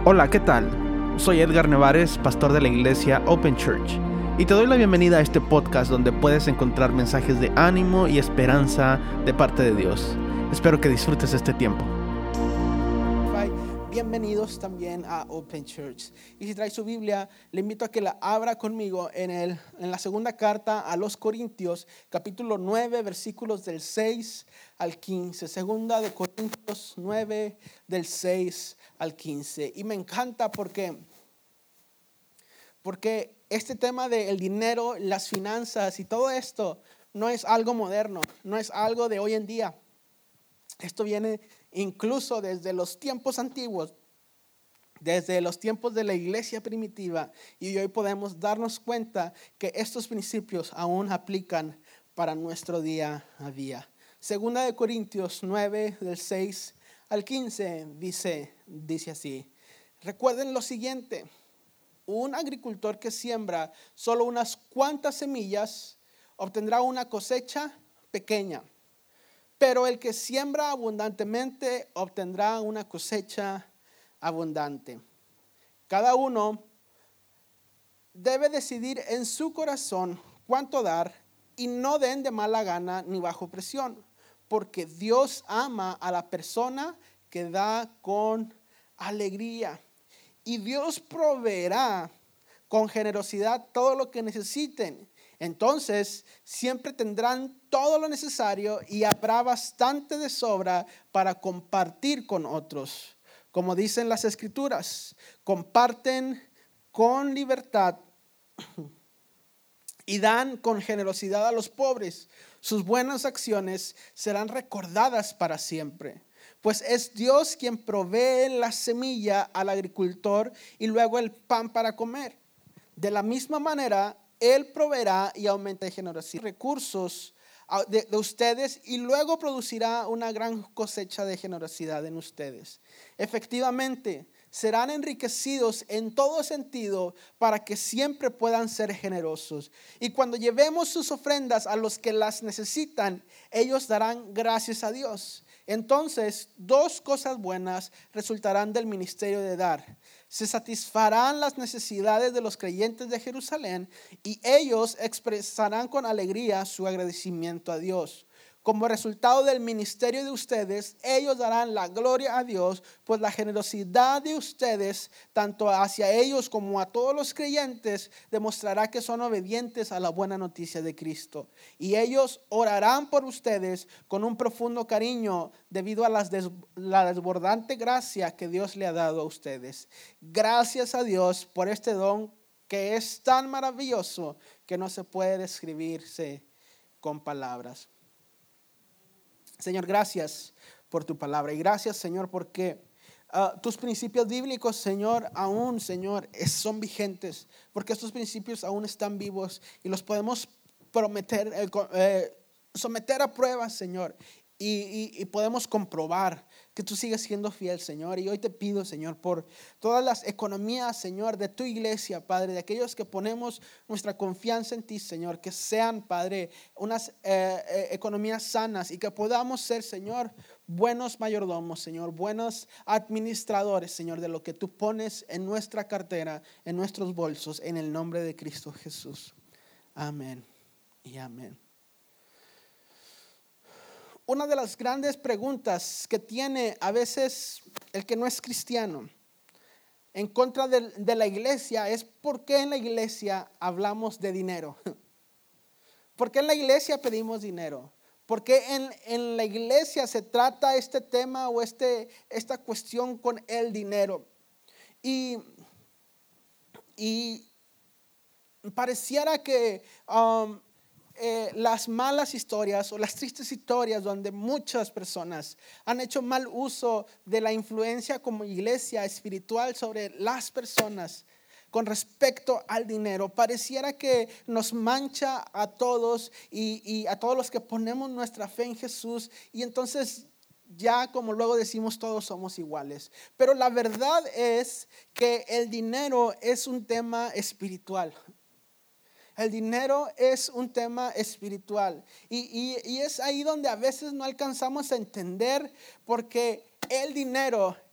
Hola, ¿qué tal? Soy Edgar Nevares, pastor de la iglesia Open Church, y te doy la bienvenida a este podcast donde puedes encontrar mensajes de ánimo y esperanza de parte de Dios. Espero que disfrutes este tiempo. Bienvenidos también a Open Church. Y si trae su Biblia, le invito a que la abra conmigo en la segunda carta a los Corintios, capítulo 9, versículos del 6 al 15. Segunda de Corintios 9, del 6 al 15. Y me encanta porque este tema del dinero, las finanzas y todo esto no es algo moderno, no es algo de hoy en día. Esto viene incluso desde los tiempos antiguos, desde los tiempos de la iglesia primitiva, y hoy podemos darnos cuenta que estos principios aún aplican para nuestro día a día. Segunda de Corintios 9, del 6 al 15, dice así: recuerden lo siguiente, un agricultor que siembra solo unas cuantas semillas obtendrá una cosecha pequeña. Pero el que siembra abundantemente obtendrá una cosecha abundante. Cada uno debe decidir en su corazón cuánto dar, y no den de mala gana ni bajo presión, porque Dios ama a la persona que da con alegría. Y Dios proveerá con generosidad todo lo que necesiten. Entonces siempre tendrán todo lo necesario y habrá bastante de sobra para compartir con otros. Como dicen las Escrituras, comparten con libertad y dan con generosidad a los pobres. Sus buenas acciones serán recordadas para siempre. Pues es Dios quien provee la semilla al agricultor y luego el pan para comer. De la misma manera, Él proveerá y aumenta generosidad recursos de ustedes, y luego producirá una gran cosecha de generosidad en ustedes. Efectivamente, serán enriquecidos en todo sentido para que siempre puedan ser generosos. Y cuando llevemos sus ofrendas a los que las necesitan, ellos darán gracias a Dios. Entonces, dos cosas buenas resultarán del ministerio de dar. Se satisfarán las necesidades de los creyentes de Jerusalén, y ellos expresarán con alegría su agradecimiento a Dios. Como resultado del ministerio de ustedes, ellos darán la gloria a Dios, pues la generosidad de ustedes, tanto hacia ellos como a todos los creyentes, demostrará que son obedientes a la buena noticia de Cristo. Y ellos orarán por ustedes con un profundo cariño debido a la desbordante gracia que Dios le ha dado a ustedes. Gracias a Dios por este don que es tan maravilloso que no se puede describirse con palabras. Señor, gracias por tu palabra, y gracias, Señor, porque tus principios bíblicos, Señor, aún, Señor, son vigentes, porque estos principios aún están vivos y los podemos someter a pruebas, Señor, y podemos comprobar que tú sigues siendo fiel, Señor. Y hoy te pido, Señor, por todas las economías, Señor, de tu iglesia, Padre, de aquellos que ponemos nuestra confianza en ti, Señor, que sean, Padre, unas economías sanas, y que podamos ser, Señor, buenos mayordomos, Señor, buenos administradores, Señor, de lo que tú pones en nuestra cartera, en nuestros bolsos, en el nombre de Cristo Jesús. Amén y amén. Una de las grandes preguntas que tiene a veces el que no es cristiano en contra de la iglesia es: ¿por qué en la iglesia hablamos de dinero? ¿Por qué en la iglesia pedimos dinero? ¿Por qué en la iglesia se trata este tema o esta cuestión con el dinero? Y pareciera que las malas historias o las tristes historias donde muchas personas han hecho mal uso de la influencia como iglesia espiritual sobre las personas con respecto al dinero, pareciera que nos mancha a todos y a todos los que ponemos nuestra fe en Jesús, y entonces ya, como luego decimos, todos somos iguales. Pero la verdad es que el dinero es un tema espiritual. El dinero es un tema espiritual, y es ahí donde a veces no alcanzamos a entender, porque el dinero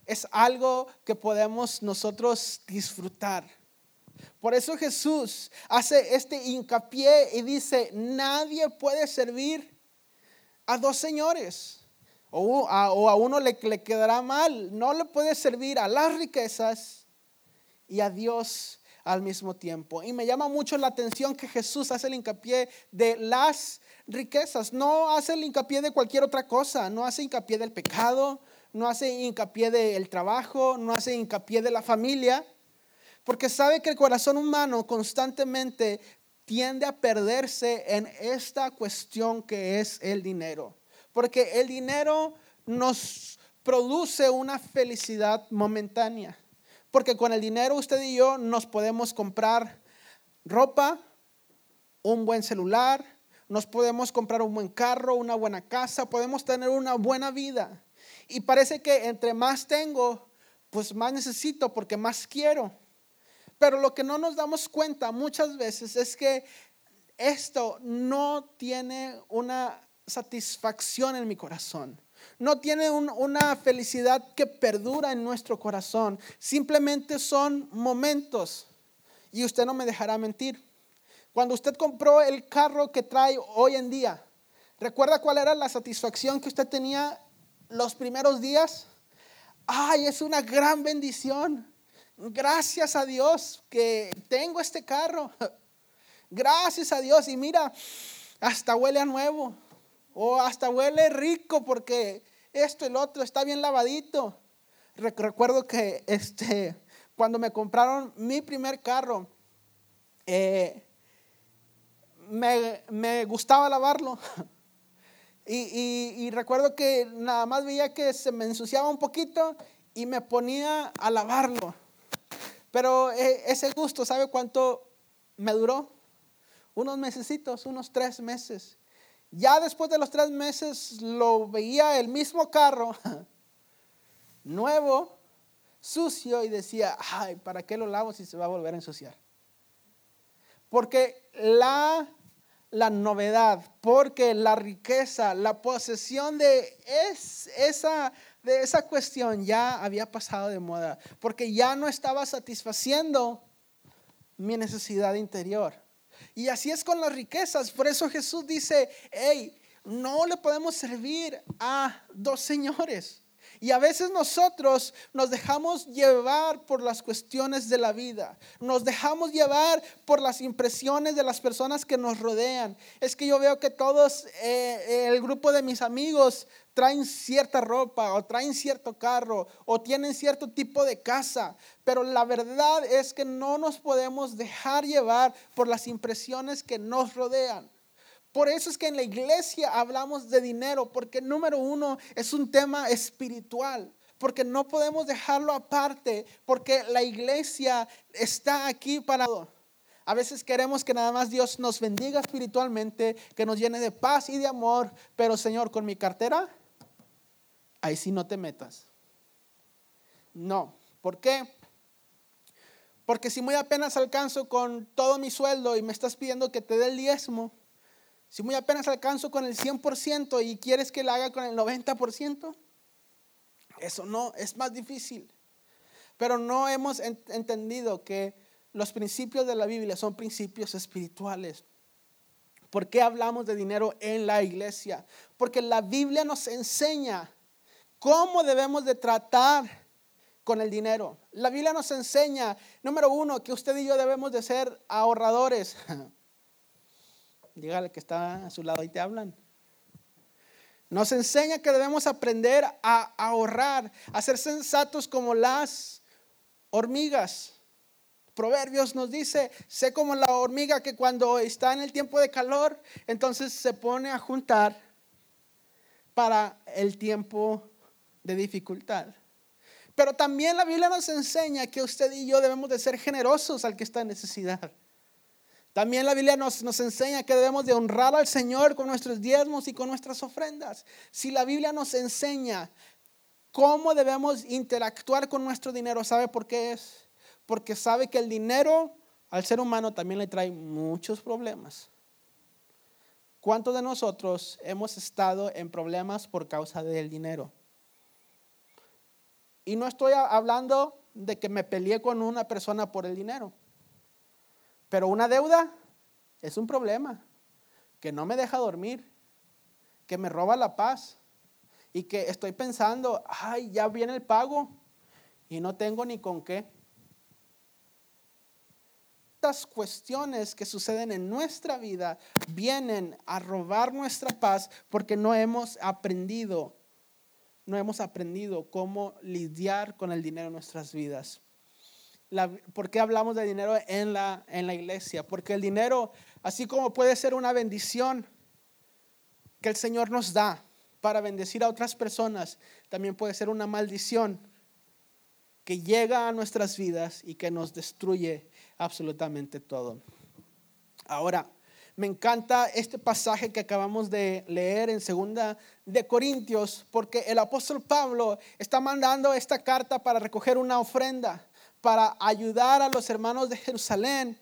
es algo que podemos nosotros disfrutar. Por eso Jesús hace este hincapié y dice, nadie puede servir a dos señores. O a uno le quedará mal. No le puede servir a las riquezas y a Dios al mismo tiempo. Y me llama mucho la atención que Jesús hace el hincapié de las riquezas. No hace el hincapié de cualquier otra cosa. No hace hincapié del pecado. No hace hincapié del trabajo. No hace hincapié de la familia. Porque sabe que el corazón humano constantemente tiende a perderse en esta cuestión que es el dinero. Porque el dinero nos produce una felicidad momentánea. Porque con el dinero usted y yo nos podemos comprar ropa, un buen celular, nos podemos comprar un buen carro, una buena casa, podemos tener una buena vida. Y parece que entre más tengo, pues más necesito porque más quiero. Pero lo que no nos damos cuenta muchas veces es que esto no tiene una satisfacción en mi corazón. No tiene una felicidad que perdura en nuestro corazón. Simplemente son momentos. Y usted no me dejará mentir. Cuando usted compró el carro que trae hoy en día, ¿recuerda cuál era la satisfacción que usted tenía los primeros días? ¡Ay, es una gran bendición! Gracias a Dios que tengo este carro. Gracias a Dios. Y mira, hasta huele a nuevo. O hasta huele rico porque esto y lo otro está bien lavadito. Recuerdo que cuando me compraron mi primer carro, me gustaba lavarlo. Y recuerdo que nada más veía que se me ensuciaba un poquito y me ponía a lavarlo. Pero ese gusto, ¿sabe cuánto me duró? Unos mesecitos, unos 3 meses. Ya después de los 3 meses lo veía el mismo carro, nuevo, sucio, y decía, ay, ¿para qué lo lavo si se va a volver a ensuciar? Porque la novedad, porque la riqueza, la posesión de esa cuestión ya había pasado de moda, porque ya no estaba satisfaciendo mi necesidad interior. Y así es con las riquezas. Por eso Jesús dice, hey, no le podemos servir a dos señores. Y a veces nosotros nos dejamos llevar por las cuestiones de la vida. Nos dejamos llevar por las impresiones de las personas que nos rodean. Es que yo veo que todos, el grupo de mis amigos, traen cierta ropa o traen cierto carro o tienen cierto tipo de casa. Pero la verdad es que no nos podemos dejar llevar por las impresiones que nos rodean. Por eso es que en la iglesia hablamos de dinero, porque número uno es un tema espiritual, porque no podemos dejarlo aparte, porque la iglesia está aquí para... A veces queremos que nada más Dios nos bendiga espiritualmente, que nos llene de paz y de amor, pero Señor, con mi cartera, ahí sí no te metas. No, ¿por qué? Porque si muy apenas alcanzo con todo mi sueldo y me estás pidiendo que te dé el diezmo, si muy apenas alcanzo con el 100% y quieres que lo haga con el 90%, eso no, es más difícil. Pero no hemos entendido que los principios de la Biblia son principios espirituales. ¿Por qué hablamos de dinero en la iglesia? Porque la Biblia nos enseña cómo debemos de tratar con el dinero. La Biblia nos enseña, número uno, que usted y yo debemos de ser ahorradores. Dígale que está a su lado y te hablan. Nos enseña que debemos aprender a ahorrar, a ser sensatos como las hormigas. Proverbios nos dice, sé como la hormiga que cuando está en el tiempo de calor, entonces se pone a juntar para el tiempo de dificultad. Pero también la Biblia nos enseña que usted y yo debemos de ser generosos al que está en necesidad. También la Biblia nos enseña que debemos de honrar al Señor con nuestros diezmos y con nuestras ofrendas. Si la Biblia nos enseña cómo debemos interactuar con nuestro dinero, ¿sabe por qué es? Porque sabe que el dinero al ser humano también le trae muchos problemas. ¿Cuántos de nosotros hemos estado en problemas por causa del dinero? Y no estoy hablando de que me peleé con una persona por el dinero. Pero una deuda es un problema que no me deja dormir, que me roba la paz y que estoy pensando, ay, ya viene el pago y no tengo ni con qué. Estas cuestiones que suceden en nuestra vida vienen a robar nuestra paz porque no hemos aprendido cómo lidiar con el dinero en nuestras vidas. ¿Por qué hablamos de dinero en la iglesia? Porque el dinero, así como puede ser una bendición que el Señor nos da para bendecir a otras personas, también puede ser una maldición que llega a nuestras vidas y que nos destruye absolutamente todo. Ahora, me encanta este pasaje que acabamos de leer en 2 de Corintios, porque el apóstol Pablo está mandando esta carta para recoger una ofrenda, para ayudar a los hermanos de Jerusalén.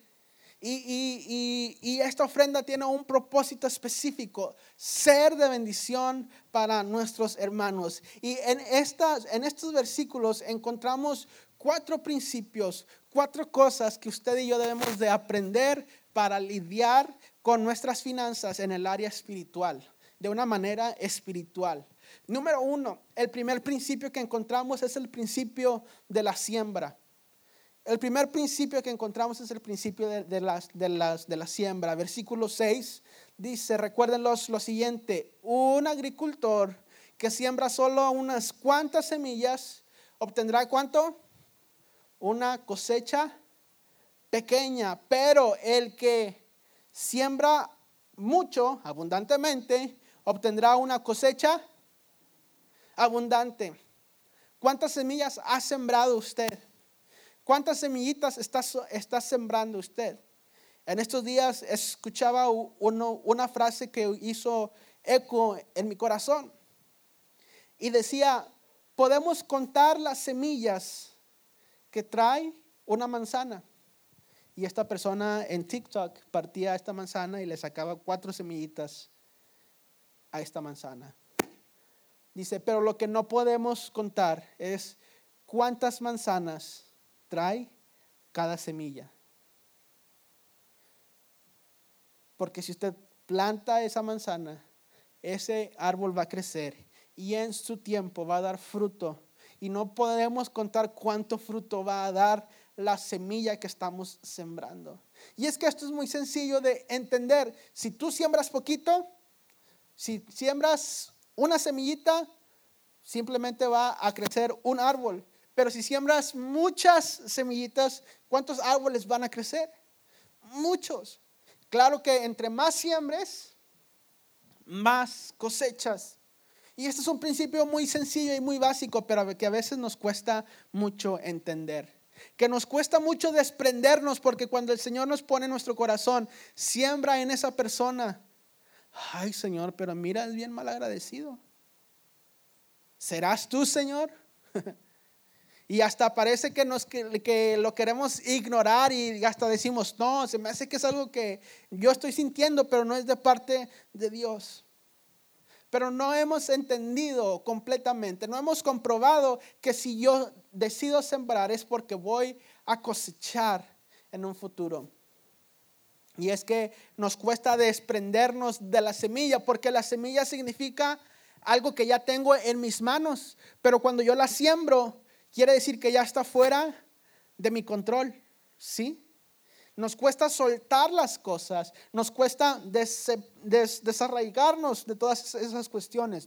Y esta ofrenda tiene un propósito específico: ser de bendición para nuestros hermanos. Y en estos versículos encontramos 4 principios, 4 cosas que usted y yo debemos de aprender para lidiar con nuestras finanzas en el área espiritual, de una manera espiritual. Número 1, el primer principio que encontramos es el principio de la siembra. El primer principio que encontramos es el principio de la siembra. Versículo 6 dice, recuerden lo siguiente: un agricultor que siembra solo unas cuantas semillas obtendrá ¿cuánto? Una cosecha pequeña, pero el que siembra mucho, abundantemente, obtendrá una cosecha abundante. ¿Cuántas semillas ha sembrado usted? ¿Cuántas semillitas está sembrando usted? En estos días escuchaba una frase que hizo eco en mi corazón y decía: podemos contar las semillas que trae una manzana. Y esta persona en TikTok partía esta manzana y le sacaba 4 semillitas a esta manzana. Dice, pero lo que no podemos contar es cuántas manzanas trae cada semilla. Porque si usted planta esa manzana, ese árbol va a crecer y en su tiempo va a dar fruto. Y no podemos contar cuánto fruto va a dar la semilla que estamos sembrando. Y es que esto es muy sencillo de entender. Si tú siembras poquito, si siembras una semillita, simplemente va a crecer un árbol. Pero si siembras muchas semillitas, ¿cuántos árboles van a crecer? Muchos. Claro que entre más siembres, más cosechas. Y este es un principio muy sencillo y muy básico, pero que a veces nos cuesta mucho entender. Que nos cuesta mucho desprendernos, porque cuando el Señor nos pone en nuestro corazón, siembra en esa persona. Ay, Señor, pero mira, es bien mal agradecido. ¿Serás tú, Señor? Y hasta parece que lo queremos ignorar y hasta decimos, no, se me hace que es algo que yo estoy sintiendo, pero no es de parte de Dios. Pero no hemos entendido completamente, no hemos comprobado que si yo decido sembrar es porque voy a cosechar en un futuro. Y es que nos cuesta desprendernos de la semilla, porque la semilla significa algo que ya tengo en mis manos, pero cuando yo la siembro, quiere decir que ya está fuera de mi control, ¿sí? Nos cuesta soltar las cosas, nos cuesta desarraigarnos de todas esas cuestiones.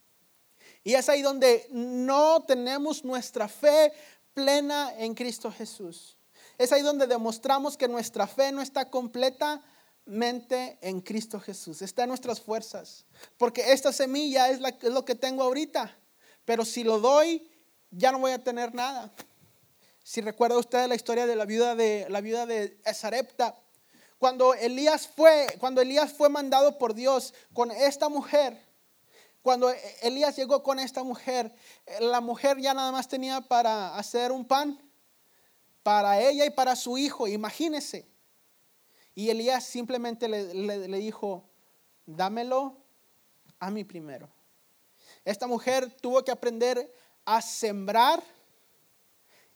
Y es ahí donde no tenemos nuestra fe plena en Cristo Jesús. Es ahí donde demostramos que nuestra fe no está completamente en Cristo Jesús, está en nuestras fuerzas. Porque esta semilla es lo que tengo ahorita, pero si lo doy, ya no voy a tener nada. Si recuerda usted la historia de la viuda de Sarepta, cuando Elías fue mandado por Dios con esta mujer, cuando Elías llegó con esta mujer, la mujer ya nada más tenía para hacer un pan para ella y para su hijo, imagínese. Y Elías simplemente le dijo, dámelo a mí primero. Esta mujer tuvo que aprender a sembrar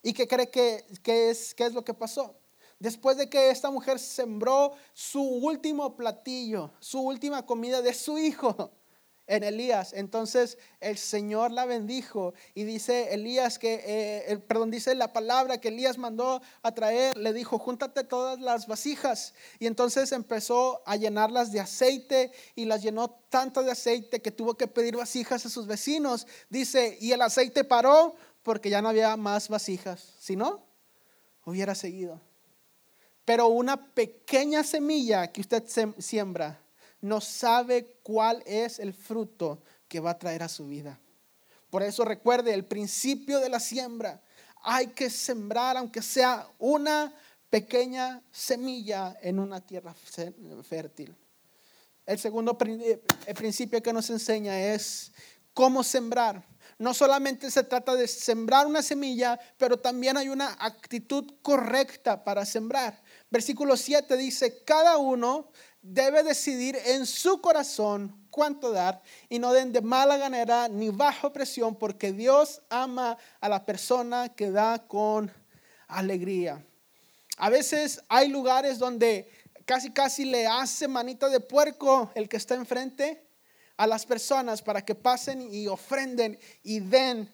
¿Y qué cree qué es lo que pasó? Después de que esta mujer sembró su último platillo, su última comida de su hijo en Elías, entonces el Señor la bendijo y dice Elías dice la palabra que Elías mandó a traer, le dijo: júntate todas las vasijas, y entonces empezó a llenarlas de aceite y las llenó tanto de aceite que tuvo que pedir vasijas a sus vecinos. Dice, y el aceite paró porque ya no había más vasijas, si no, hubiera seguido. Pero una pequeña semilla que usted siembra no sabe cuál es el fruto que va a traer a su vida. Por eso recuerde el principio de la siembra. Hay que sembrar aunque sea una pequeña semilla en una tierra fértil. El segundo principio que nos enseña es cómo sembrar. No solamente se trata de sembrar una semilla, pero también hay una actitud correcta para sembrar. Versículo 7 dice: cada uno debe decidir en su corazón cuánto dar, y no den de mala gana ni bajo presión, porque Dios ama a la persona que da con alegría. A veces hay lugares donde casi le hace manita de puerco el que está enfrente a las personas para que pasen y ofrenden y den.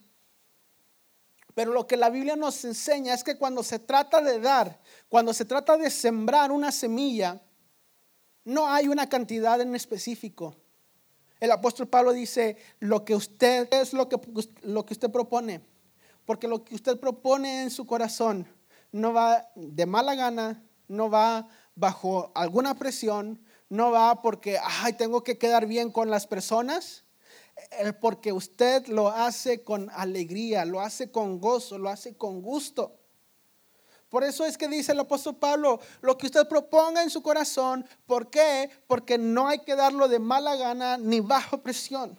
Pero lo que la Biblia nos enseña es que cuando se trata de dar, cuando se trata de sembrar una semilla, no hay una cantidad en específico. El apóstol Pablo dice: lo que usted propone, porque lo que usted propone en su corazón no va de mala gana, no va bajo alguna presión, no va porque tengo que quedar bien con las personas, porque usted lo hace con alegría, lo hace con gozo, lo hace con gusto. Por eso es que dice el apóstol Pablo: lo que usted proponga en su corazón. ¿Por qué? Porque no hay que darlo de mala gana ni bajo presión.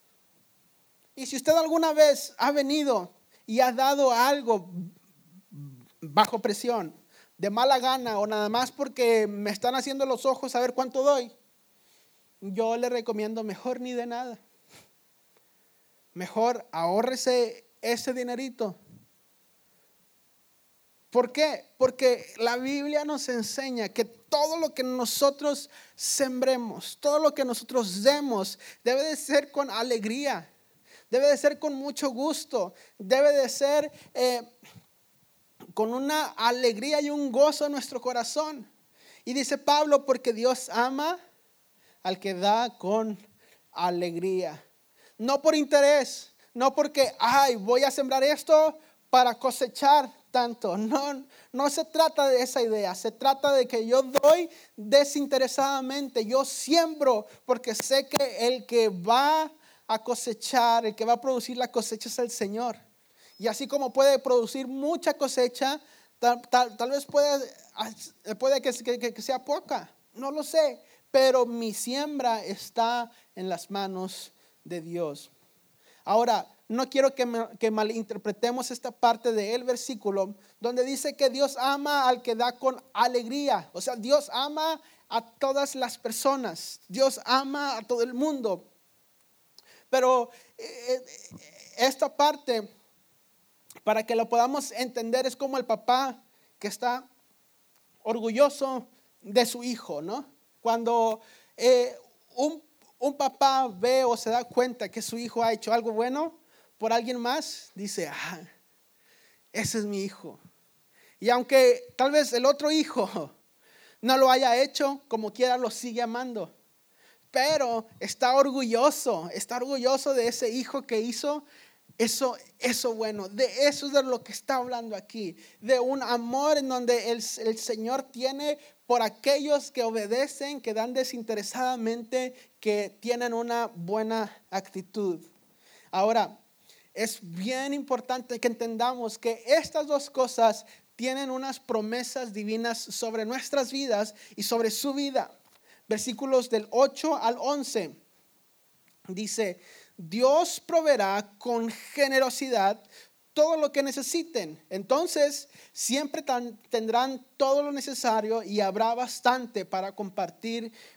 Y si usted alguna vez ha venido y ha dado algo bajo presión, de mala gana, o nada más porque me están haciendo los ojos a ver cuánto doy, yo le recomiendo mejor ni de nada. Mejor ahórrese ese dinerito. ¿Por qué? Porque la Biblia nos enseña que todo lo que nosotros sembremos, todo lo que nosotros demos, debe de ser con alegría, debe de ser con mucho gusto, debe de ser con una alegría y un gozo en nuestro corazón. Y dice Pablo: porque Dios ama al que da con alegría. No por interés, no porque voy a sembrar esto para cosechar tanto. No se trata de esa idea. Se trata de que yo doy desinteresadamente. Yo siembro porque sé que el que va a cosechar, el que va a producir la cosecha es el Señor. Y así como puede producir mucha cosecha, tal vez puede que sea poca. No lo sé. Pero mi siembra está en las manos de Dios. Ahora, no quiero que malinterpretemos esta parte del versículo donde dice que Dios ama al que da con alegría. O sea, Dios ama a todas las personas. Dios ama a todo el mundo. Pero esta parte, para que lo podamos entender, es como el papá que está orgulloso de su hijo, ¿no? Cuando un papá ve o se da cuenta que su hijo ha hecho algo bueno por alguien más, dice: ese es mi hijo. Y aunque tal vez el otro hijo no lo haya hecho, como quiera lo sigue amando. Pero está orgulloso de ese hijo que hizo eso bueno. De eso es de lo que está hablando aquí. De un amor en donde el Señor tiene por aquellos que obedecen, que dan desinteresadamente, que tienen una buena actitud. Ahora, es bien importante que entendamos que estas dos cosas tienen unas promesas divinas sobre nuestras vidas y sobre su vida. Versículos del 8 al 11 dice: Dios proveerá con generosidad todo lo que necesiten. Entonces siempre tendrán todo lo necesario y habrá bastante para compartir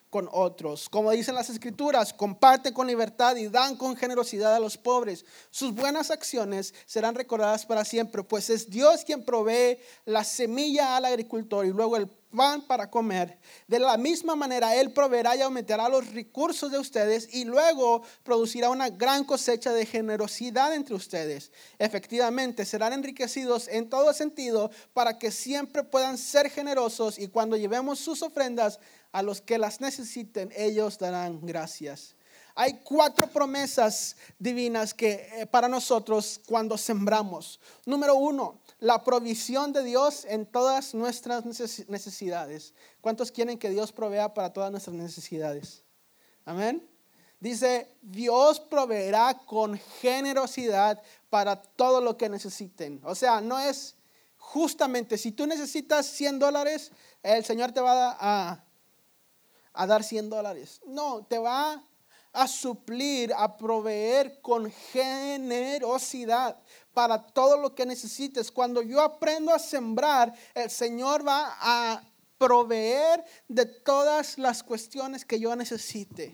con otros. Como dicen las escrituras, comparten con libertad y dan con generosidad a los pobres. Sus buenas acciones serán recordadas para siempre, pues es Dios quien provee la semilla al agricultor y luego el pan para comer. De la misma manera, Él proveerá y aumentará los recursos de ustedes y luego producirá una gran cosecha de generosidad entre ustedes. Efectivamente, serán enriquecidos en todo sentido para que siempre puedan ser generosos y cuando llevemos sus ofrendas a los que las necesiten, ellos darán gracias. Hay 4 promesas divinas que para nosotros cuando sembramos. Número 1, la provisión de Dios en todas nuestras necesidades. ¿Cuántos quieren que Dios provea para todas nuestras necesidades? Amén. Dice, Dios proveerá con generosidad para todo lo que necesiten. O sea, no es justamente, si tú necesitas $100, el Señor te va a dar $100. No, te va a suplir, a proveer con generosidad para todo lo que necesites. Cuando yo aprendo a sembrar, el Señor va a proveer de todas las cuestiones que yo necesite.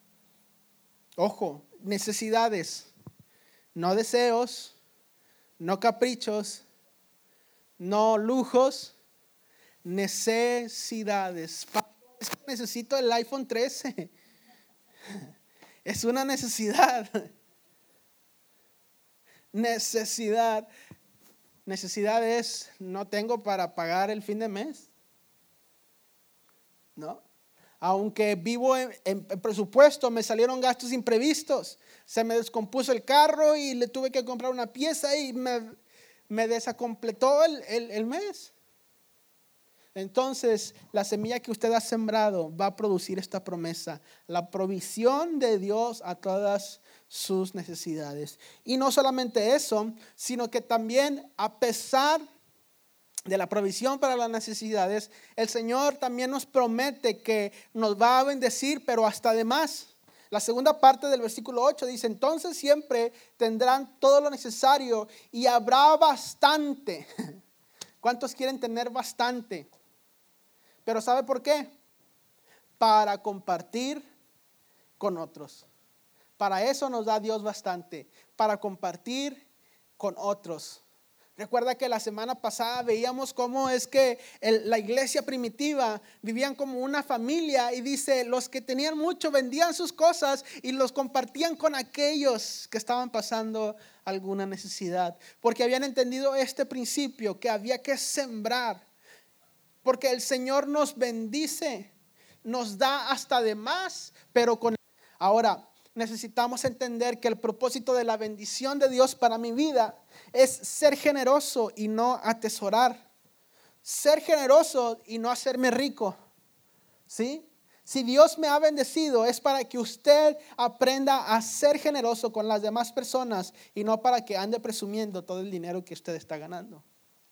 Ojo, necesidades, no deseos, no caprichos, no lujos, necesidades. Necesito el iPhone 13. Es una necesidad. Necesidad es, no tengo para pagar el fin de mes. ¿No? Aunque vivo en presupuesto, me salieron gastos imprevistos. Se me descompuso el carro y le tuve que comprar una pieza y me desacompletó el mes. Entonces, la semilla que usted ha sembrado va a producir esta promesa, la provisión de Dios a todas sus necesidades. Y no solamente eso, sino que también a pesar de la provisión para las necesidades, el Señor también nos promete que nos va a bendecir, pero hasta de más. La segunda parte del versículo 8 dice, entonces siempre tendrán todo lo necesario y habrá bastante. ¿Cuántos quieren tener bastante? Pero ¿sabe por qué? Para compartir con otros. Para eso nos da Dios bastante, para compartir con otros. Recuerda que la semana pasada veíamos cómo es que la iglesia primitiva vivían como una familia y dice, los que tenían mucho vendían sus cosas y los compartían con aquellos que estaban pasando alguna necesidad. Porque habían entendido este principio que había que sembrar. Porque el Señor nos bendice, nos da hasta de más, pero con... Ahora, necesitamos entender que el propósito de la bendición de Dios para mi vida es ser generoso y no atesorar. Ser generoso y no hacerme rico. ¿Sí? Si Dios me ha bendecido es para que usted aprenda a ser generoso con las demás personas y no para que ande presumiendo todo el dinero que usted está ganando.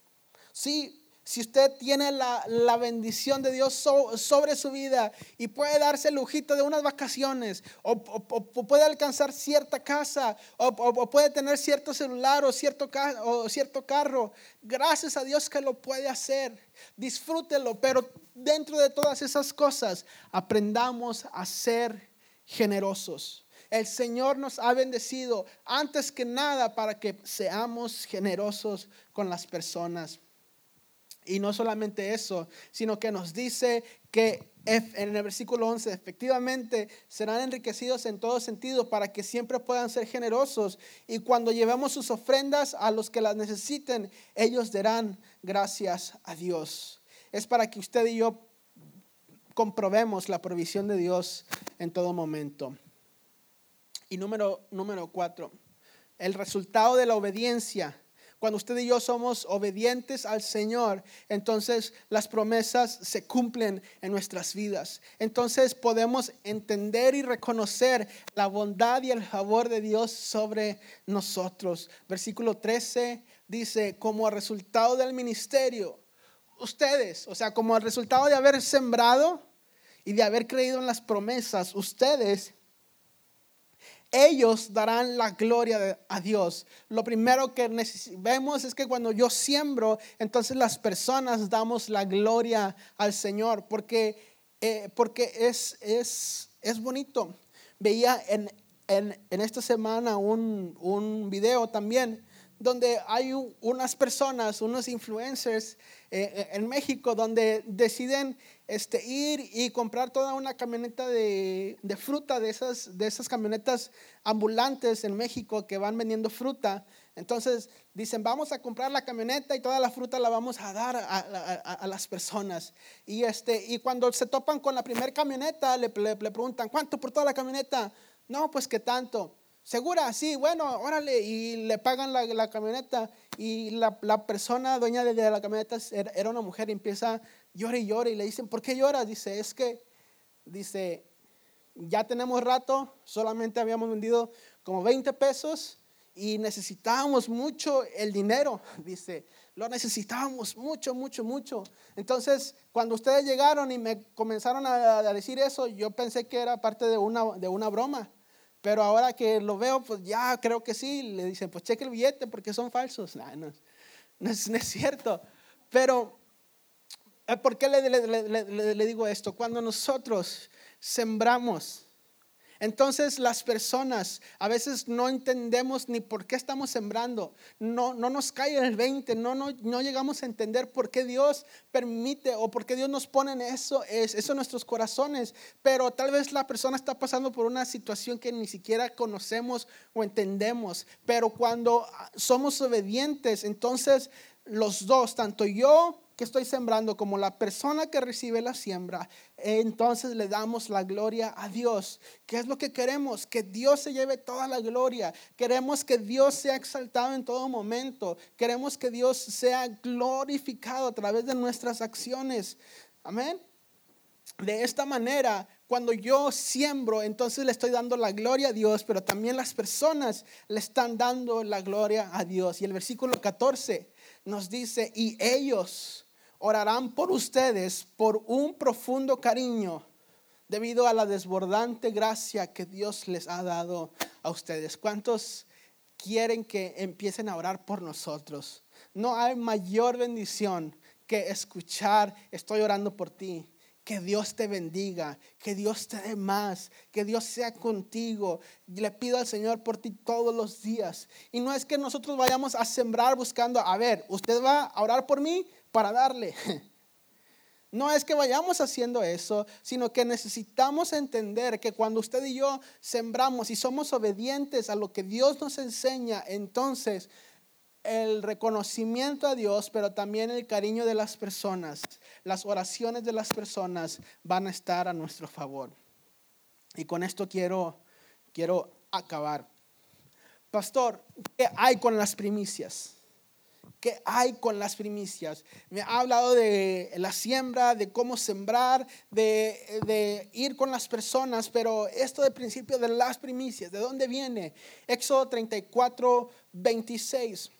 Sí. Si usted tiene la bendición de Dios sobre su vida y puede darse el lujito de unas vacaciones o puede alcanzar cierta casa o puede tener cierto celular o cierto carro, gracias a Dios que lo puede hacer. Disfrútelo, pero dentro de todas esas cosas aprendamos a ser generosos. El Señor nos ha bendecido antes que nada para que seamos generosos con las personas. Y no solamente eso, sino que nos dice que en el versículo 11, efectivamente serán enriquecidos en todo sentido para que siempre puedan ser generosos. Y cuando llevemos sus ofrendas a los que las necesiten, ellos darán gracias a Dios. Es para que usted y yo comprobemos la provisión de Dios en todo momento. Y número 4, el resultado de la obediencia. Cuando usted y yo somos obedientes al Señor, entonces las promesas se cumplen en nuestras vidas. Entonces podemos entender y reconocer la bondad y el favor de Dios sobre nosotros. Versículo 13 dice, como resultado del ministerio, ustedes, o sea, como el resultado de haber sembrado y de haber creído en las promesas, ellos darán la gloria a Dios. Lo primero que vemos es que cuando yo siembro, entonces las personas damos la gloria al Señor. Porque porque es bonito. Veía en esta semana un video también donde hay unas personas, unos influencers en México, donde deciden ir y comprar toda una camioneta de fruta, de esas camionetas ambulantes en México que van vendiendo fruta. Entonces dicen, vamos a comprar la camioneta y toda la fruta la vamos a dar a las personas. Y cuando se topan con la primera camioneta, le preguntan, ¿cuánto por toda la camioneta? No, pues ¿qué tanto? ¿Segura? Sí, bueno, órale. Y le pagan la camioneta. Y la persona dueña de la camioneta era una mujer y empieza llora y llora. Y le dicen, ¿por qué lloras? Dice, ya tenemos rato, solamente habíamos vendido como 20 pesos y necesitábamos mucho el dinero. Dice, lo necesitábamos mucho, mucho, mucho. Entonces, cuando ustedes llegaron y me comenzaron a decir eso, yo pensé que era parte de una broma. Pero ahora que lo veo, pues ya creo que sí. Le dicen, pues cheque el billete porque son falsos. No es cierto. Pero, ¿por qué le digo esto? Cuando nosotros sembramos, entonces las personas a veces no entendemos ni por qué estamos sembrando. No nos cae el 20, no llegamos a entender por qué Dios permite o por qué Dios nos pone en eso en nuestros corazones. Pero tal vez la persona está pasando por una situación que ni siquiera conocemos o entendemos. Pero cuando somos obedientes, entonces los dos, tanto yo que estoy sembrando como la persona que recibe la siembra, entonces le damos la gloria a Dios. ¿Qué es lo que queremos? Que Dios se lleve toda la gloria. Queremos que Dios sea exaltado en todo momento. Queremos que Dios sea glorificado a través de nuestras acciones. Amén. De esta manera, cuando yo siembro, entonces le estoy dando la gloria a Dios, pero también las personas le están dando la gloria a Dios. Y el versículo 14 nos dice, y ellos orarán por ustedes por un profundo cariño debido a la desbordante gracia que Dios les ha dado a ustedes. ¿Cuántos quieren que empiecen a orar por nosotros? No hay mayor bendición que escuchar, estoy orando por ti. Que Dios te bendiga, que Dios te dé más, que Dios sea contigo. Le pido al Señor por ti todos los días. Y no es que nosotros vayamos a sembrar buscando, a ver, usted va a orar por mí para darle. No es que vayamos haciendo eso, sino que necesitamos entender que cuando usted y yo sembramos y somos obedientes a lo que Dios nos enseña, entonces el reconocimiento a Dios, pero también el cariño de las personas, las oraciones de las personas van a estar a nuestro favor. Y con esto quiero acabar. Pastor, ¿qué hay con las primicias? ¿Qué hay con las primicias? Me ha hablado de la siembra, de cómo sembrar, de ir con las personas, pero esto del principio de las primicias, ¿de dónde viene? Éxodo 34, 26.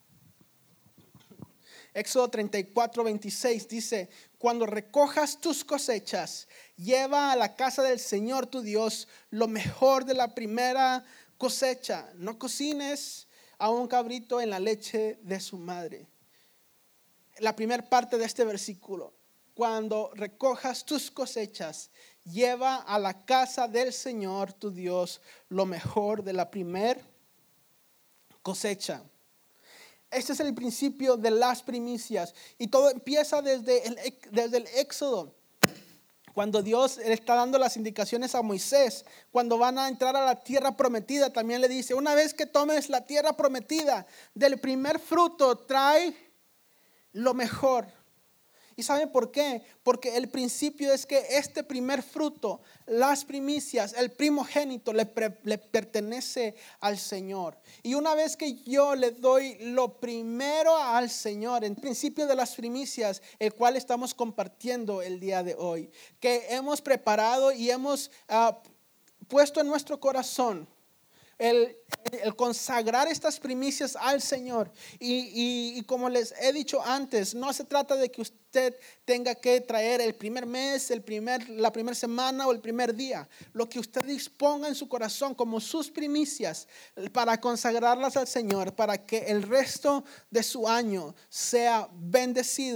Éxodo 34, 26 dice, cuando recojas tus cosechas, lleva a la casa del Señor tu Dios lo mejor de la primera cosecha. No cocines a un cabrito en la leche de su madre. La primera parte de este versículo, cuando recojas tus cosechas, lleva a la casa del Señor tu Dios lo mejor de la primera cosecha. Este es el principio de las primicias. Y todo empieza desde el Éxodo. Cuando Dios le está dando las indicaciones a Moisés, cuando van a entrar a la tierra prometida, también le dice, una vez que tomes la tierra prometida, del primer fruto trae lo mejor. ¿Y saben por qué? Porque el principio es que este primer fruto, las primicias, el primogénito le pertenece al Señor. Y una vez que yo le doy lo primero al Señor, el principio de las primicias, el cual estamos compartiendo el día de hoy, que hemos preparado y hemos puesto en nuestro corazón, el consagrar estas primicias al Señor. Y como les he dicho antes, no se trata de que usted tenga que traer el primer mes, la primera semana o el primer día. Lo que usted disponga en su corazón como sus primicias para consagrarlas al Señor, para que el resto de su año sea bendecido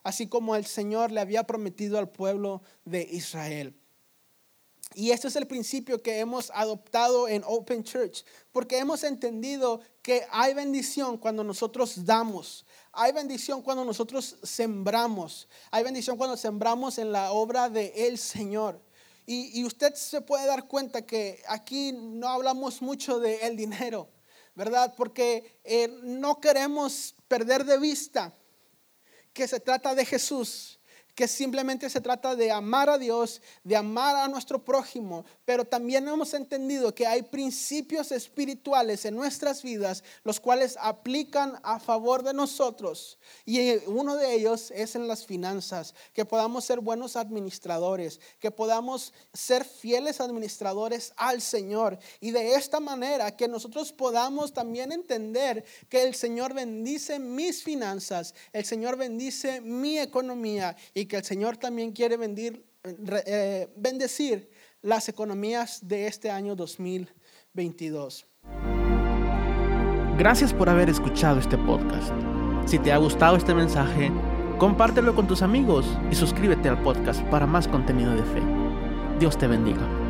así como el Señor le había prometido al pueblo de Israel. Y este es el principio que hemos adoptado en Open Church, porque hemos entendido que hay bendición cuando nosotros damos. Hay bendición cuando nosotros sembramos. Hay bendición cuando sembramos en la obra del Señor. Y usted se puede dar cuenta que aquí no hablamos mucho del dinero, ¿verdad? Porque no queremos perder de vista que se trata de Jesús, que simplemente se trata de amar a Dios, de amar a nuestro prójimo, pero también hemos entendido que hay principios espirituales en nuestras vidas, los cuales aplican a favor de nosotros, y uno de ellos es en las finanzas, que podamos ser buenos administradores, que podamos ser fieles administradores al Señor, y de esta manera que nosotros podamos también entender que el Señor bendice mis finanzas, el Señor bendice mi economía, y que el Señor también quiere bendecir las economías de este año 2022. Gracias por haber escuchado este podcast. Si te ha gustado este mensaje, compártelo con tus amigos y suscríbete al podcast para más contenido de fe. Dios te bendiga.